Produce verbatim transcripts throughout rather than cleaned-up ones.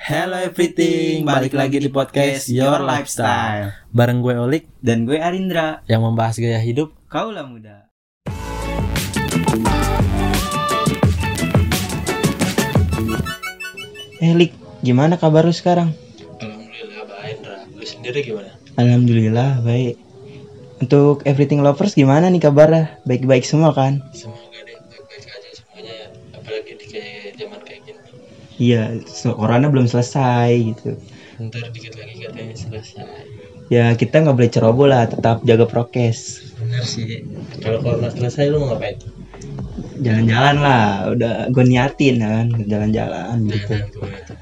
Hello everything, balik lagi di podcast Your Lifestyle bareng gue Olik dan gue Arindra yang membahas gaya hidup kaula muda. Eh Lik, gimana kabar lu sekarang? Alhamdulillah baik, Indra. Lu sendiri gimana? Alhamdulillah baik. Untuk everything lovers gimana nih kabarnya? Baik-baik semua kan? Semoga deh baik-baik aja semuanya ya, apalagi di kayak zaman kayak gini. Iya, so, corona belum selesai gitu. Ntar dikit lagi katanya selesai. Ya kita nggak boleh ceroboh lah, tetap jaga prokes. Benar sih. Kalau corona selesai lu mau ngapain? Jalan-jalan lah, udah gue niatin kan, jalan-jalan gitu. Jalan kemana tuh?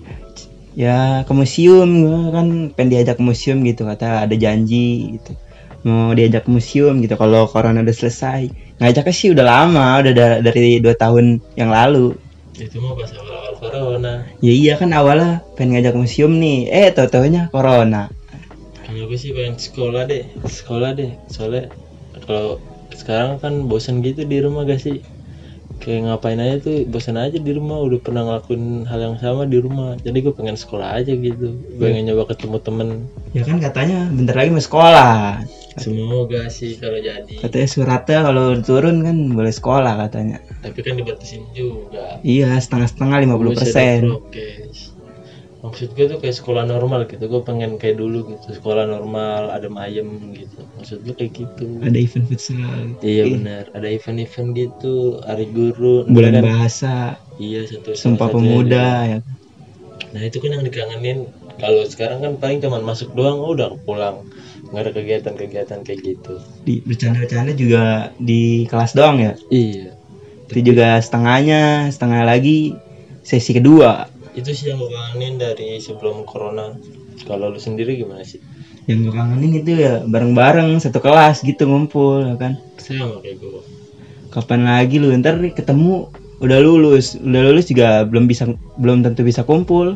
Ya ke museum, gue kan pengen diajak ke museum gitu, kata ada janji gitu. Mau diajak ke museum gitu kalau corona udah selesai. Ngajaknya sih udah lama, udah da- dari dua tahun yang lalu. Itu mah pas awal-awal corona. Ya iya kan awalnya pengen ngajak ke museum nih, eh tau-taunya corona. Kalau gue sih pengen sekolah deh, sekolah deh. Soalnya kalau sekarang kan bosan gitu di rumah gak sih? Kayak ngapain aja tuh, bosan aja di rumah. Udah pernah ngelakuin hal yang sama di rumah. Jadi gue pengen sekolah aja gitu. Pengen nyoba ketemu temen. Ya kan katanya bentar lagi mau sekolah. Semoga sih kalau jadi. Katanya suratnya kalau turun kan boleh sekolah katanya. Tapi kan dibatasin juga. Iya setengah-setengah lima puluh Gue persen. sedang prokes. Maksud gue tuh kayak sekolah normal gitu. Gue pengen kayak dulu gitu. Sekolah normal, adem ayem gitu. Maksud gue kayak gitu. Ada event futsal. Iya Ih, benar. Ada event-event gitu. Hari guru. bulan kan, bahasa, iya satu. Sumpah salah satunya Pemuda juga. ya. Nah itu kan yang dikangenin. Kalau sekarang kan paling cuma masuk doang, oh, udah pulang. Nggak ada kegiatan-kegiatan kayak gitu. Di bercanda-bercanda juga di kelas doang ya. Iya. Itu juga setengahnya, setengah lagi sesi kedua. Itu sih yang gue kangenin dari sebelum corona. Kalau lu sendiri gimana sih? Yang gue kangenin itu ya bareng-bareng satu kelas gitu ngumpul ya kan. Sama kayak gue. Kapan lagi lu ntar nih ketemu udah lulus, udah lulus juga belum bisa belum tentu bisa kumpul.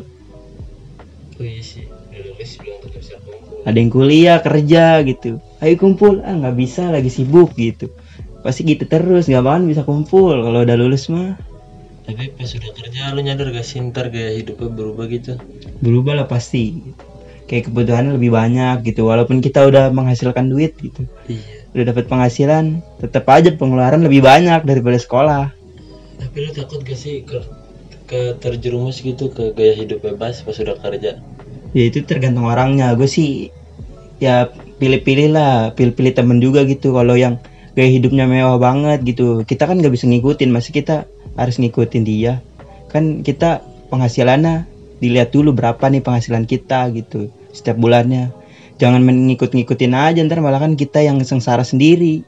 Oh iya sih. Udah lulus belum tentu bisa kumpul. Ada yang kuliah, kerja gitu. Ayo kumpul, ah nggak bisa lagi sibuk gitu. Pasti gitu terus, nggak bakalan bisa kumpul kalau udah lulus mah. Tapi pas udah kerja lu nyadar gak sih ntar gaya hidupnya berubah gitu? Berubah lah pasti. Kayak kebutuhannya lebih banyak gitu. Walaupun kita udah menghasilkan duit gitu, Iya. udah dapat penghasilan, tetap aja pengeluaran lebih banyak daripada sekolah. Tapi lu takut gak sih ke, ke terjerumus gitu ke gaya hidup bebas pas udah kerja? Ya itu tergantung orangnya. Gue sih ya pilih-pilih lah, pilih-pilih temen juga gitu. Kalau yang gaya hidupnya mewah banget gitu, kita kan nggak bisa ngikutin. Masa kita harus ngikutin dia? Kan kita penghasilannya dilihat dulu berapa nih penghasilan kita gitu setiap bulannya. Jangan mengikut-ngikutin aja, ntar malah kan kita yang sengsara sendiri.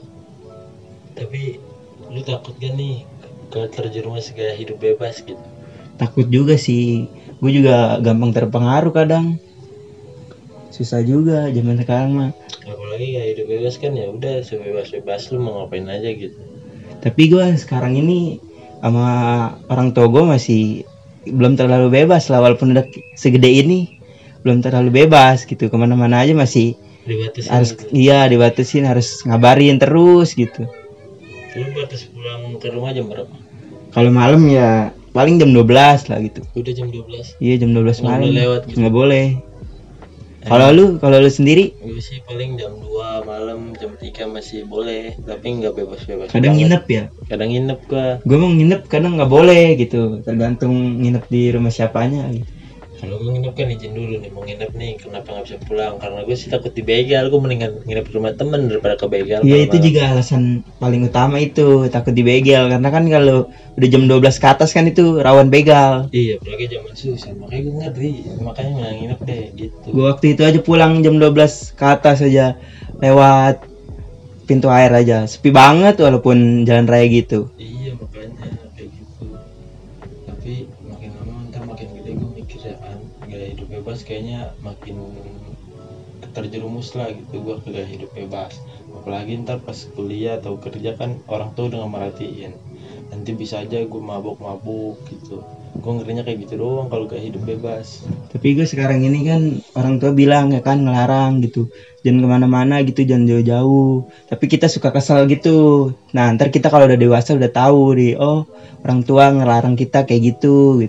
Tapi lu takut gak nih ke terjerumus gaya hidup bebas gitu? Takut juga sih. Gue juga gampang terpengaruh kadang. Susah juga zaman sekarang mah. Apalagi gaya hidup bebas kan ya udah sebebas-bebas lu mau ngapain aja gitu. Tapi gue sekarang ini sama orang tua gue masih belum terlalu bebas lah, walaupun udah segede ini belum terlalu bebas gitu. Kemana-mana aja masih Dibatasin harus gitu. iya dibatasin, harus ngabarin terus gitu. Lu batas pulang ke rumah jam berapa? Kalau malam ya paling jam dua belas lah gitu. Udah jam dua belas. Iya jam dua belas Nggak malam boleh lewat gitu? nggak boleh. Kalau lu kalau lu sendiri Gue sih paling jam dua malam, jam tiga masih boleh, tapi nggak bebas-bebas. kadang banget. nginep ya. Kadang nginep gua. Gue mau nginep kadang nggak boleh gitu, tergantung nginep di rumah siapanya gitu. Kalau gue nginep kan izin dulu nih, mau nginep nih, kenapa nggak bisa pulang? Karena gue sih takut dibegal, gue mendingan nginep di rumah temen daripada kebegal. Iya itu malam-malam. juga alasan paling utama itu, takut dibegal. Karena kan kalau udah jam dua belas ke atas kan itu rawan begal. Iya, apalagi zaman susah, makanya gue ngeri, makanya mendingan nginep deh gitu. Gue waktu itu aja pulang jam dua belas ke atas aja, lewat pintu air aja, sepi banget walaupun jalan raya gitu. Iya makanya kayak gitu. Tapi makin lama ntar makin gede gue mikir ya kan, gaya hidup bebas kayaknya makin terjerumus lah gitu gue ke gaya hidup bebas. Apalagi ntar pas kuliah atau kerja kan orang tua udah nggak merhatiin. Nanti bisa aja gue mabuk-mabuk gitu. Gue ngerinya kayak gitu doang kalau gaya hidup bebas. Tapi gue sekarang ini kan orang tua bilang ya kan ngelarang gitu, jangan kemana-mana gitu, jangan jauh-jauh. Tapi kita suka kesal gitu. Nah ntar kita kalau udah dewasa udah tahu nih, oh orang tua ngelarang kita kayak gitu gitu.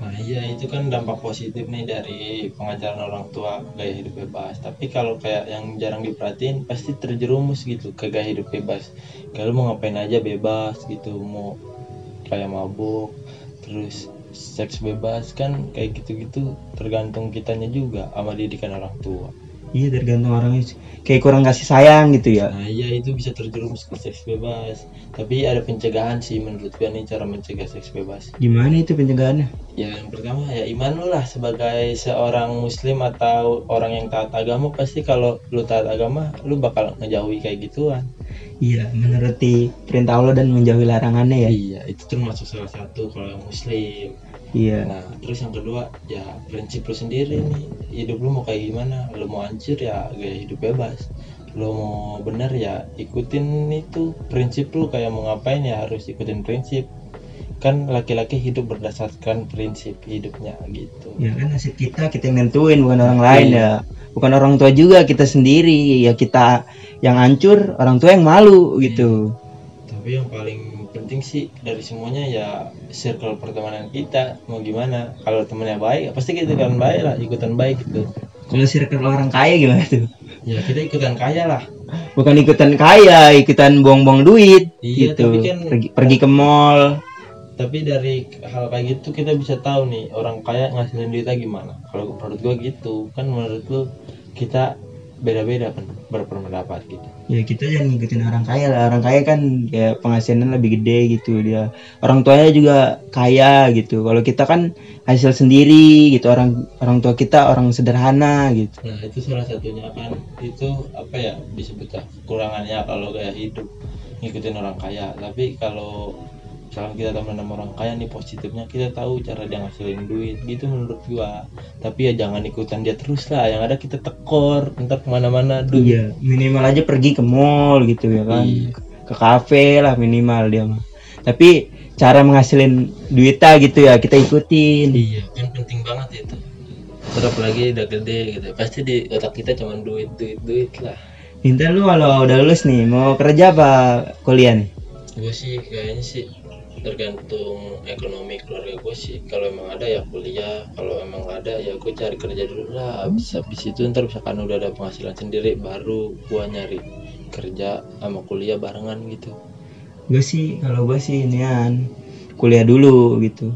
Nah iya, itu kan dampak positif nih dari pengajaran orang tua gaya hidup bebas. Tapi kalau kayak yang jarang diperhatiin pasti terjerumus gitu ke gaya hidup bebas. Kayak lu mau ngapain aja bebas gitu, mau kayak mabuk, terus seks bebas, kan kayak gitu-gitu tergantung kitanya juga sama didikan orang tua. Iya, tergantung orangnya sih. Kayak kurang kasih sayang gitu ya. Nah iya, itu bisa terjerumus ke seks bebas. Tapi ada pencegahan sih menurut gua nih, cara mencegah seks bebas. Gimana itu pencegahannya? Ya yang pertama ya iman lu lah, sebagai seorang muslim atau orang yang taat agama, pasti kalau lu taat agama lu bakal ngejauhi kayak gituan. Iya, menuruti perintah Allah dan menjauhi larangannya ya. Iya, itu termasuk salah satu kalau yang muslim. Iya. Nah terus yang kedua ya prinsip lu sendiri nih, hidup lu mau kayak gimana. Lu mau hancur ya gaya hidup bebas, lu mau bener ya ikutin itu prinsip lu. Kayak mau ngapain ya harus ikutin prinsip. Kan laki-laki hidup berdasarkan prinsip hidupnya gitu. Ya kan nasib kita kita yang nentuin, bukan orang lain Iya. ya. Bukan orang tua juga, kita sendiri. Ya kita yang hancur, orang tua yang malu gitu. Tapi yang paling penting sih dari semuanya ya circle pertemanan kita. Mau gimana, kalau temennya baik pasti kita ikutan baik lah, ikutan baik gitu. Kalau circle orang kaya gimana tuh? Ya kita ikutan kaya lah. Bukan ikutan kaya, ikutan buang-buang duit Iya, gitu. tapi kan Pergi, pergi ke mall. tapi dari hal kayak gitu kita bisa tahu nih orang kaya ngasilin duitnya gimana. Kalau menurut gua gitu kan, menurut lu kita beda-beda kan berpendapat gitu. Ya kita jangan ngikutin orang kaya lah. Orang kaya kan ya penghasilan lebih gede gitu dia. Orang tuanya juga kaya gitu. Kalau kita kan hasil sendiri gitu. Orang orang tua kita orang sederhana gitu. Nah itu salah satunya kan, itu apa ya disebutnya kekurangannya kalau gaya hidup ngikutin orang kaya. Tapi kalau misalkan kita teman sama orang kaya nih, positifnya kita tahu cara dia ngasilin duit gitu menurut gua. Tapi ya jangan ikutan dia terus lah, yang ada kita tekor ntar kemana-mana duit. Iya, minimal aja pergi ke mall gitu ya kan. Iya. Ke kafe lah minimal dia mah. Tapi cara menghasilin duitnya gitu ya kita ikutin. Iya kan penting banget itu. Terus apalagi udah gede gitu, pasti di otak kita cuman duit duit duit lah. Minta lu kalau udah lulus nih mau kerja apa kuliah nih? Gue sih kayaknya sih tergantung ekonomi keluarga gue sih. Kalau emang ada ya kuliah, kalau emang nggak ada ya gue cari kerja dulu lah. Habis habis itu ntar misalkan udah ada penghasilan sendiri, baru gue nyari kerja sama kuliah barengan gitu. Gue sih kalau gue sih inian kuliah dulu gitu.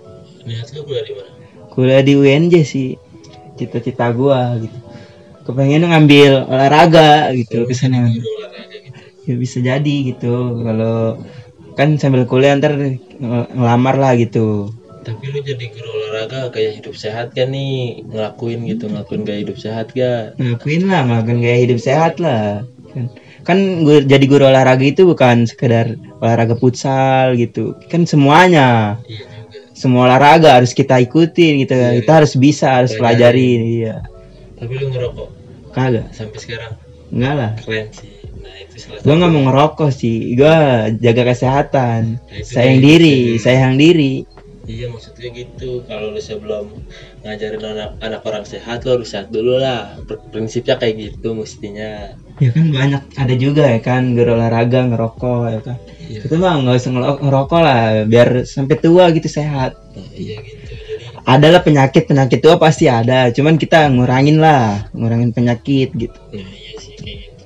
Niat lu kuliah di mana? Kuliah di U N J sih cita-cita gue gitu. Kepengen ngambil olahraga gitu kesana. Guru olahraga gitu. Ya bisa jadi gitu. Kalau kan sambil kuliah ntar ng- ngelamar lah gitu. Tapi lu jadi guru olahraga kayak hidup sehat kan nih, ngelakuin gitu, ngelakuin gaya hidup sehat gak? Ngakuin lah, ngelakuin gaya hidup sehat lah. Kan, kan gue jadi guru olahraga itu bukan sekedar olahraga futsal gitu. Kan semuanya, Iya juga. semua olahraga harus kita ikutin gitu. Iya, Kita harus bisa, harus Pelajari. pelajari. Iya. Tapi lu ngerokok Kagak, sampai sekarang? enggak lah. Keren sih. Nah itu salah Gue nggak mau ngerokok sih. Gue jaga kesehatan. Nah, itu Sayang dia, diri, itu dia. sayang diri. Iya maksudnya gitu, kalau lu sebelum ngajarin anak anak orang sehat lu harus sehat dulu lah. Per- prinsipnya kayak gitu mestinya. Ya kan banyak ada juga ya kan guru olahraga ngerokok ya kan. Iya. Kita mah nggak usah ngelo- ngerokok lah biar sampai tua gitu sehat. Nah, iya gitu. Jadi Adalah penyakit penyakit tua pasti ada, cuman kita ngurangin lah, ngurangin penyakit gitu. nah iya sih kayak gitu.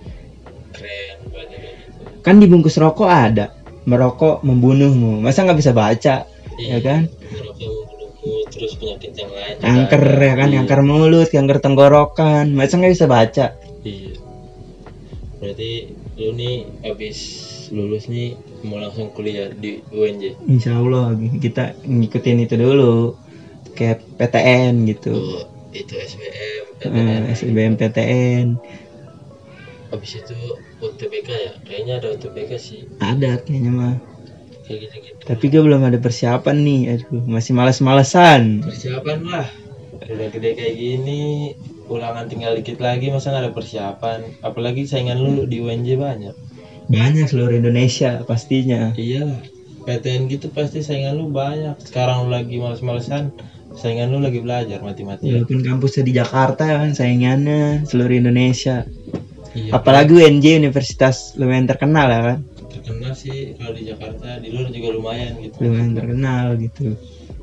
Keren banget kayak gitu. Kan dibungkus rokok ada, merokok membunuhmu. Masa nggak bisa baca, ya kan? Ngerokok membunuhmu, terus penyakit yang lain juga Kanker ada. ya kan, Iya. kanker mulut, kanker tenggorokan. Masa nggak bisa baca? Iya. Berarti lu nih habis lulus nih mau langsung kuliah di U N J. Insya Allah kita ngikutin itu dulu, kayak P T N gitu. Oh, itu S B M, P T N. Eh, S B M P T N Habis itu U T B K ya? Kayaknya ada U T B K sih. ada kayaknya mah. Kayak gitu-gitu. Tapi gue belum ada persiapan nih, aduh masih malas-malesan. Persiapan lah. Udah gede kayak gini, ulangan tinggal dikit lagi, masa nggak ada persiapan? Apalagi saingan lu di U N J banyak. Banyak seluruh Indonesia pastinya. Iyalah, P T N gitu pasti saingan lu banyak. Sekarang lu lagi males-malesan, saingan lu lagi belajar mati-matian. Walaupun kampusnya di Jakarta kan saingannya seluruh Indonesia. Iya, Apalagi U N J universitas lumayan terkenal ya kan. terkenal sih kalau di Jakarta, di luar juga lumayan gitu. Lumayan terkenal gitu.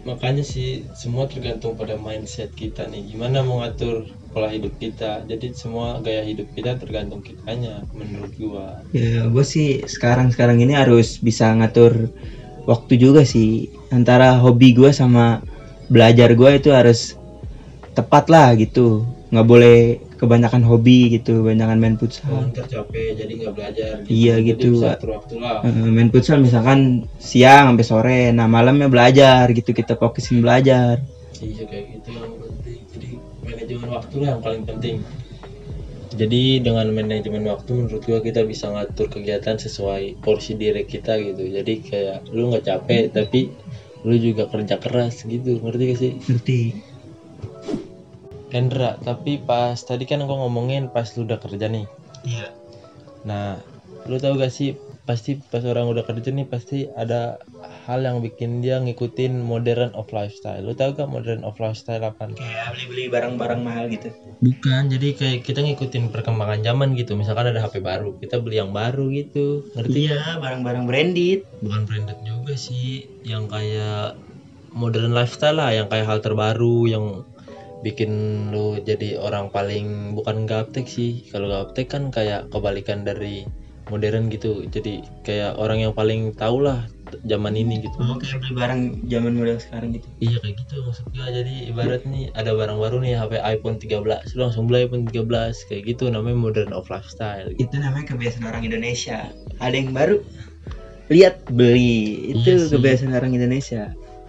makanya sih semua tergantung pada mindset kita nih, gimana mau ngatur pola hidup kita. Jadi semua gaya hidup kita tergantung kitanya menurut gua. Ya gue sih sekarang sekarang ini harus bisa ngatur waktu juga sih, antara hobi gue sama belajar gue itu harus tepat lah gitu, nggak boleh kebanyakan hobi gitu, kebanyakan main Kalau futsal. ntar capek jadi nggak belajar gitu. Iya Jadi gitu. bisa atur waktu lah. Eh, main futsal misalkan siang sampai sore, nah malamnya belajar gitu, kita fokusin belajar. Iya kayak gitu yang penting. Jadi manajemen waktu lah yang paling penting. Jadi dengan manajemen waktu menurut gua kita bisa ngatur kegiatan sesuai porsi diri kita gitu. Jadi kayak lu nggak capek tapi lu juga kerja keras gitu, ngerti gak sih? Ngerti. Hendra, tapi pas tadi kan gua ngomongin pas lu udah kerja nih. Iya. Nah, lu tahu gak sih pasti pas orang udah kerja nih pasti ada hal yang bikin dia ngikutin modern of lifestyle. Lu tahu gak modern of lifestyle apa? Kayak beli-beli barang-barang mahal gitu. Bukan, jadi kayak kita ngikutin perkembangan zaman gitu. Misalkan ada H P baru, kita beli yang baru gitu. Ngerti? Iya, barang-barang branded. Bukan branded juga sih, yang kayak modern lifestyle lah, yang kayak hal terbaru yang bikin lu jadi orang paling, bukan gaptek sih. Kalau gaptek kan kayak kebalikan dari modern gitu. Jadi kayak orang yang paling tahu lah zaman ini gitu. Oh, kayak beli barang zaman model sekarang gitu. Iya kayak gitu maksudnya. Jadi ibarat nih ada barang baru nih, H P iPhone tiga belas, lu langsung beli iPhone tiga belas kayak gitu, namanya modern of lifestyle gitu. Itu namanya kebiasaan orang Indonesia. Ada yang baru, lihat beli. Itu Iya sih. kebiasaan orang Indonesia.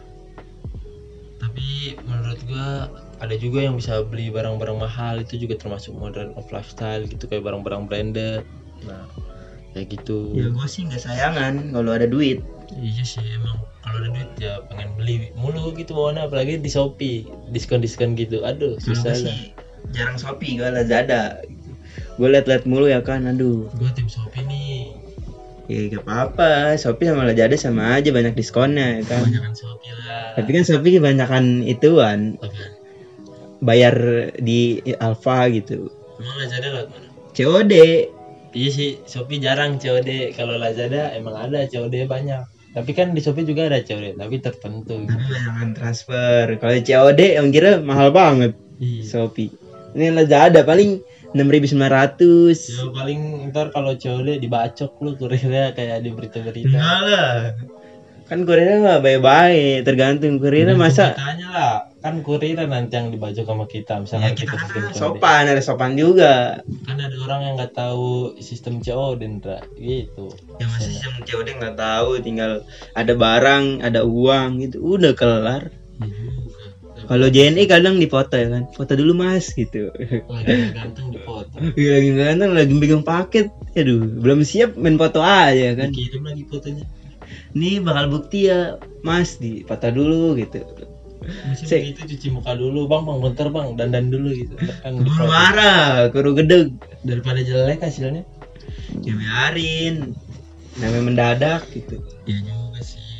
Tapi menurut gua ada juga yang bisa beli barang-barang mahal, itu juga termasuk modern of lifestyle gitu, kayak barang-barang branded. Nah kayak gitu. Ya gue sih nggak sayangan kalau ada duit. Iya sih, emang kalau ada duit ya pengen beli mulu gitu bawaannya, apalagi di Shopee diskon-diskon gitu. Aduh susah Kalau lah. sih jarang Shopee, gue Lazada. Gue liat-liat mulu ya kan, aduh. Gua tim Shopee nih. Ya gak apa-apa, Shopee sama Lazada sama aja, banyak diskonnya ya kan. Kebanyakan Shopee lah. Tapi kan Shopee kebanyakan ituan, Apaan? bayar di Alfa gitu. Emang Lazada lewat mana? C O D. Iya sih, Shopee jarang C O D. Kalau Lazada emang ada C O D banyak. Tapi kan di Shopee juga ada C O D, tapi tertentu. Tapi banyakan transfer. Kalau C O D yang kira mahal banget Iya. Shopee. Ini Lazada paling enam ribu sembilan ratus. Ya paling ntar kalau C O D dibacok lu kurirnya kayak di berita-berita. Enggak lah. Kan kurirnya mah baik-baik, tergantung kurirnya masa. Tanya lah, kan kurirnya nanti yang dibajak sama kita, Ya misalkan kita kan sistem C O D. sopan, ada sopan juga. Kan ada orang yang nggak tahu sistem C O D, Ndra, gitu. Ya masa sistem C O D nggak tahu, tinggal ada barang, ada uang gitu, udah kelar. Iya juga. Kalau J N I kadang dipoto ya kan, foto dulu mas gitu. Lagi ganteng di foto. Iya, lagi ganteng, lagi megang paket, aduh belum siap main foto aja kan. Kirim lagi fotonya. Nih bakal bukti ya mas, di foto dulu gitu. Mesti Sek. begitu, cuci muka dulu, bang, bang, bentar bang, dandan dulu gitu. Ntar kan Keburu difoto. marah, kuru gedeg. Daripada jelek hasilnya. Ya biarin, namanya mendadak gitu. Iya juga sih.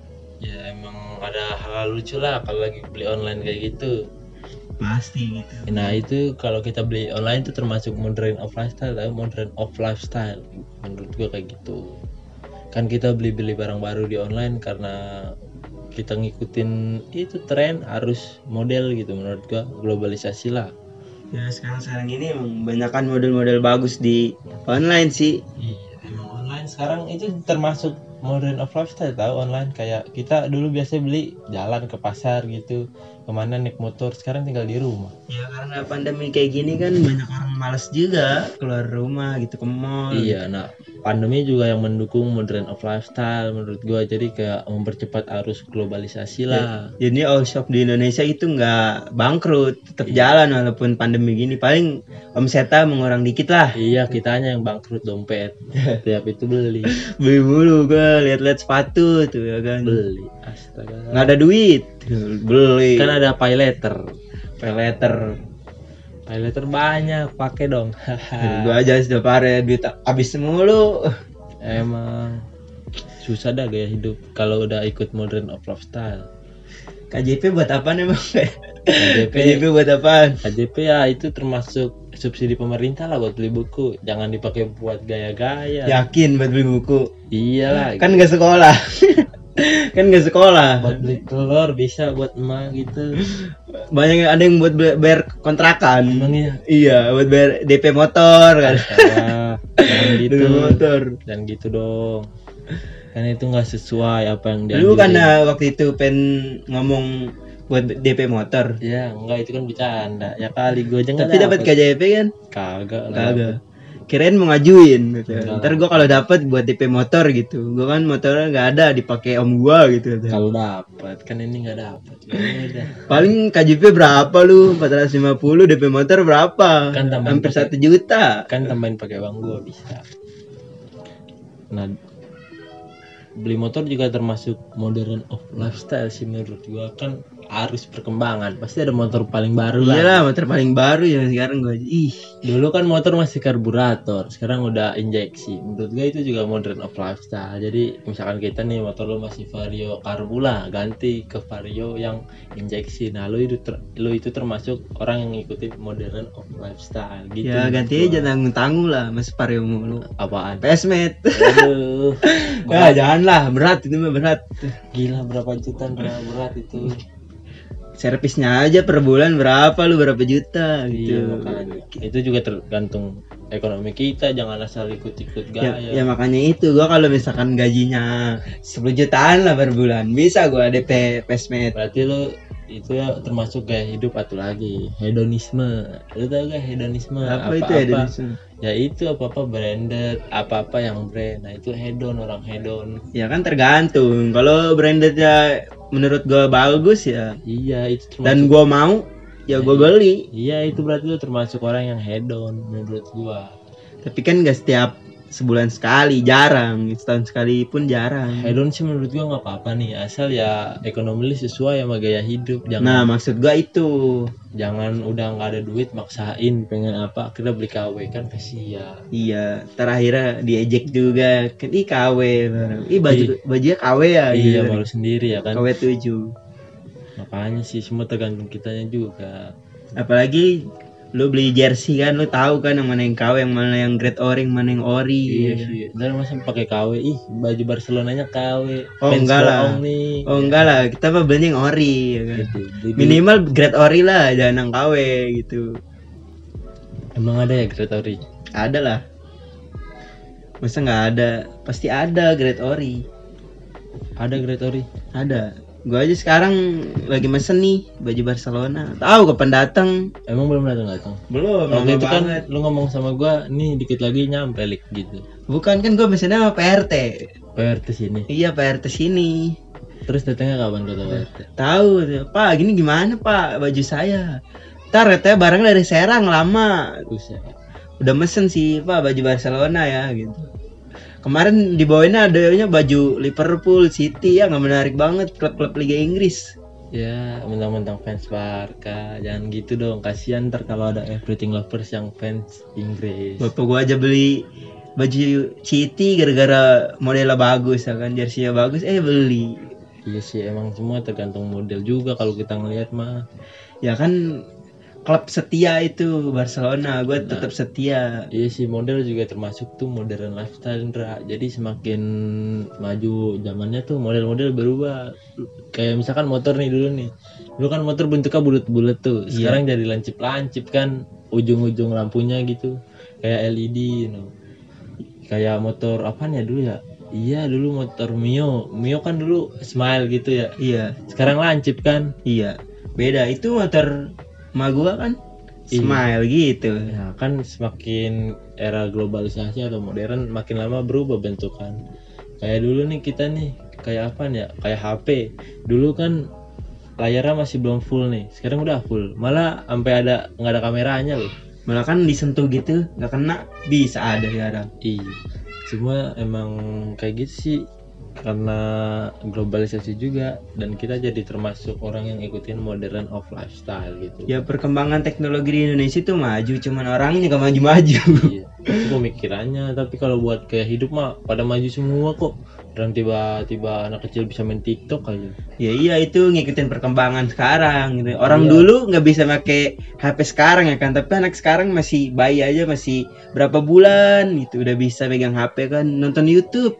Ya emang ada hal lucu lah kalau lagi beli online kayak gitu. Pasti gitu. Nah itu kalau kita beli online itu termasuk modern of lifestyle, tapi modern of lifestyle menurut gua kayak gitu. Kan kita beli-beli barang baru di online karena kita ngikutin itu tren, arus model gitu, menurut gua globalisasi lah. Ya sekarang sekarang ini emang banyakan model-model bagus di online sih. Iya, emang online sekarang itu termasuk modern of lifestyle tahu online. Kayak kita dulu biasa beli jalan ke pasar gitu, kemana naik motor, sekarang tinggal di rumah. Ya karena pandemi kayak gini kan banyak orang malas juga keluar rumah gitu ke mall. Iya, nah pandemi juga yang mendukung modern of lifestyle menurut gua, jadi kayak mempercepat arus globalisasi lah. Jadi all shop di Indonesia itu nggak bangkrut, tetap Iya. jalan walaupun pandemi gini. Paling omsetnya mengurang dikit lah. Iya, kitanya yang bangkrut dompet. Tiap itu beli, Beli mulu gue lihat-lihat sepatu tuh ya kan. beli. Astaga. Nggak ada duit, beli. Kan ada pay letter. pay letter. Pay letter banyak, pakai dong. Gue aja setiap hari duit habis mulu. Emang susah dah gaya hidup kalau udah ikut modern of lifestyle. K J P buat apa emang? K J P K J P buat apa? K J P ya itu termasuk subsidi pemerintah lah buat beli buku. Jangan dipakai buat gaya-gaya. Yakin buat beli buku? Iyalah. Kan nggak sekolah. Kan nggak sekolah. Buat beli telur bisa, buat emak gitu. Banyak ada yang buat be- bayar kontrakan. Emang iya. Iya, buat bayar D P motor kan. Astaga, jangan D gitu. P motor. Dan gitu dong. Karena itu nggak sesuai apa yang dia. Lu karena waktu itu pengen ngomong buat D P motor. Ya, enggak, itu kan bercanda. Ya kali gue aja nggak Tapi dapat K J P kan? Kagak lah. Kagak. Kirain mau ngajuin gitu. Enggak Ntar lah. gua kalau dapat buat D P motor gitu. Gua kan motornya nggak ada, dipakai om gua gitu. Kalau dapat, kan ini nggak dapat. Ya udah. Paling K J P berapa lu? empat ratus lima puluh, D P motor berapa? Kan tambahan Hampir pakai- satu juta. Kan tambahin pakai uang gue bisa. Nah, beli motor juga termasuk modern of lifestyle sih menurut gua. Kan harus perkembangan, pasti ada motor paling baru lah. Iyalah, motor paling baru ya sekarang gua. Ih, Dulu kan motor masih karburator, sekarang udah injeksi. Menurut gua itu juga modern of lifestyle. Jadi misalkan kita nih motor lu masih Vario karbu lah, ganti ke Vario yang injeksi. Nah, lu itu ter- lu itu termasuk orang yang ngikutin modern of lifestyle gitu. ya menurut ganti gua. aja tanggung-tanggung lah, Mas Vario mulu. Apaan? P S Met. Aduh. Ah, janganlah, berat itu mah berat. Gila, berapa juta berapa berat itu. Servisnya aja per bulan berapa lu, berapa juta gitu. Iya, makanya. Itu juga tergantung ekonomi kita, jangan asal ikut-ikut Ya, gaya. ya makanya itu gua kalau misalkan gajinya sepuluh jutaan lah per bulan, bisa gua D P pesmet. Berarti lo itu ya termasuk gaya hidup atau lagi hedonisme. Lo tau gak hedonisme? Apa itu ya Indonesia? Ya itu apa-apa branded, apa-apa yang brand. Nah, itu hedon, orang hedon. Ya kan tergantung. Kalau brandednya menurut gua bagus ya, Iya, itu termasuk. dan gua mau, ya gua beli. Iya, itu berarti lo termasuk orang yang hedon menurut gua. Tapi kan gak setiap sebulan sekali, jarang. Setahun sekali pun jarang. Hedon sih menurut gua nggak apa-apa nih, asal ya ekonomi lu sesuai sama gaya hidup. Jangan Nah, maksud gua itu. jangan udah nggak ada duit maksain pengen apa, kita beli K W kan kasihan. Iya, terakhirnya diejek juga. Kan ih K W. Ih baju bajunya K W ya Iya, gitu. malu sendiri ya K kan. W tujuh. Makanya sih semua tergantung kitanya juga. Apalagi lu beli jersey kan, lu tahu kan yang mana yang K W, yang mana yang grade ori, yang mana yang ori. Iya sih. Dan masa pakai K W, ih baju Barcelonanya K W. Oh, Fans enggak lah. bohong nih. Oh enggak lah, kita mah belinya yang ori ya kan. Gitu. Jadi, Minimal grade ori lah, jangan yang K W gitu. emang ada ya grade ori? Ada lah. Masa nggak ada? Pasti ada grade ori. Ada grade ori. Ada. Gua aja sekarang lagi mesen nih baju Barcelona. Tahu kapan datang? Emang belum datang datang. Belum. Waktu lama itu kan banget. lu ngomong sama gua, nih dikit lagi nyampe lik gitu. Bukan, kan gua mesennya sama P R T. P R T sini. Iya, P R T sini. Terus datangnya kapan kata P R T? Tahu, Pak, gini gimana Pak baju saya? Ntar katanya barangnya dari Serang lama. Terus ya. Udah mesen sih Pak baju Barcelona ya gitu. Kemarin dibawainnya adanya baju Liverpool, City ya, nggak menarik banget, klub-klub Liga Inggris. Ya, mentang-mentang fans Barca, jangan gitu dong. Kasihan ntar kalau ada everything lovers yang fans Inggris. Bapak gua aja beli baju City gara-gara modelnya bagus ya kan, jersey-nya bagus, eh beli. Iya sih, emang semua tergantung model juga kalau kita ngelihat mah. Ya kan klub setia itu Barcelona, gue tetap setia. Iya sih, model juga termasuk tuh modern lifestyle, Ndra. Jadi semakin maju zamannya tuh model-model berubah. Kayak misalkan motor nih dulu nih. Dulu kan motor bentuknya bulat-bulat tuh. Sekarang jadi lancip-lancip kan, ujung-ujung lampunya gitu. Kayak L E D, you know. Kayak motor apaan ya dulu ya? Iya, dulu motor Mio. Mio kan dulu smile gitu ya. Iya, Sekarang lancip kan. iya. Beda itu motor ma gua kan Iya. smile gitu. Ya kan semakin era globalisasi atau modern makin lama berubah bentukan. Kayak dulu nih kita nih kayak apa ya? Kayak H P. Dulu kan layarnya masih belum full nih. Sekarang udah full. Malah sampai ada nggak ada kameranya loh. Malah kan disentuh gitu nggak kena, bisa ada sekarang. Iya. Semua emang kayak gitu sih karena globalisasi juga, dan kita jadi termasuk orang yang ikutin modern of lifestyle gitu. Ya perkembangan teknologi di Indonesia tuh maju, cuman orangnya gak maju-maju. Iya, itu pemikirannya. Tapi kalau buat kayak hidup mah pada maju semua kok. Dan tiba-tiba anak kecil bisa main TikTok aja. Ya iya, itu ngikutin perkembangan sekarang gitu. Orang Iya. dulu nggak bisa pakai H P sekarang ya kan, tapi anak sekarang masih bayi aja, masih berapa bulan gitu udah bisa megang H P kan, nonton YouTube.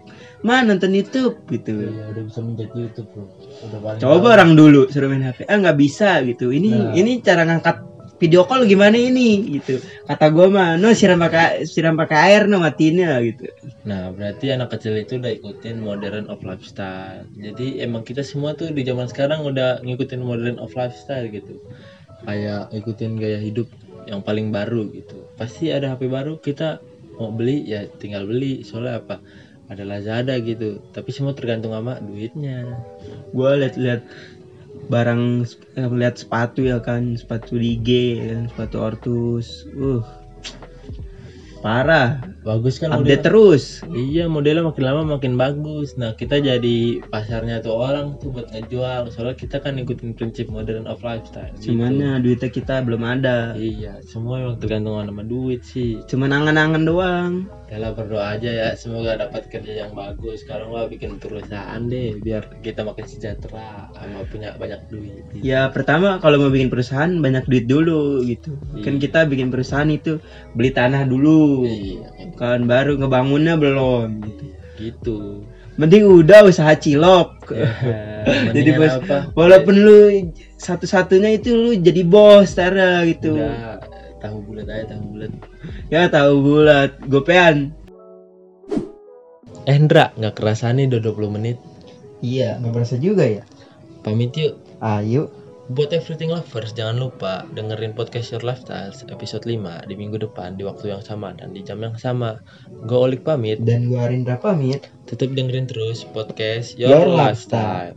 "Ma, nonton YouTube," gitu. Iya, udah bisa menjadi YouTube bro. Udah paling Coba tahu. orang dulu suruh main H P, ah nggak bisa gitu. Ini Nah. ini cara ngangkat video call gimana ini gitu. Kata gua mah, "No, siram pakai siram pakai air no, matiinnya," gitu. Nah, berarti anak kecil itu udah ikutin modern of lifestyle. Jadi emang kita semua tuh di zaman sekarang udah ngikutin modern of lifestyle gitu. Kayak ngikutin gaya hidup yang paling baru gitu. Pasti ada H P baru, kita mau beli ya tinggal beli. Soalnya apa? Ada Lazada gitu. Tapi semua tergantung sama duitnya. Gua lihat-lihat barang eh, lihat sepatu ya kan, sepatu D G kan, sepatu Ortus. Uh. Parah. Bagus kan Update modelnya? terus. Iya, modelnya makin lama makin bagus. Nah, kita jadi pasarnya tuh orang tuh buat ngejual. Soalnya kita kan ikutin prinsip modern of lifestyle. Cuman gitu. ya duitnya kita belum ada. Iya, semua emang tergantung sama duit sih. Cuman angan-angan doang. Yalah, berdoa aja ya, semoga dapat kerja yang bagus. Sekarang gua bikin perusahaan deh, biar kita makin sejahtera sama punya banyak duit. gitu. Ya pertama kalau mau bikin perusahaan banyak duit dulu gitu. Kan Iya. kita bikin perusahaan itu beli tanah dulu. Iya, Kan baru ngebangunnya belum gitu. gitu. Mending udah usaha cilok. Ya, Jadi mendingan bos, apa? walaupun lu satu-satunya itu lu jadi bos Tara gitu. Udah tahu bulat aja, tahu bulat. Ya tahu bulat, gopean. Eh, Ndra, nggak kerasa nih udah dua puluh menit. Iya, nggak berasa juga ya. Pamit yuk. Ayo. Buat Everything Lovers, jangan lupa dengerin podcast Your Lifestyle episode lima di minggu depan di waktu yang sama dan di jam yang sama. Gue Olik pamit. Dan gua Arindra pamit. Tetap dengerin terus podcast Your Your, Lifestyle. Lifestyle.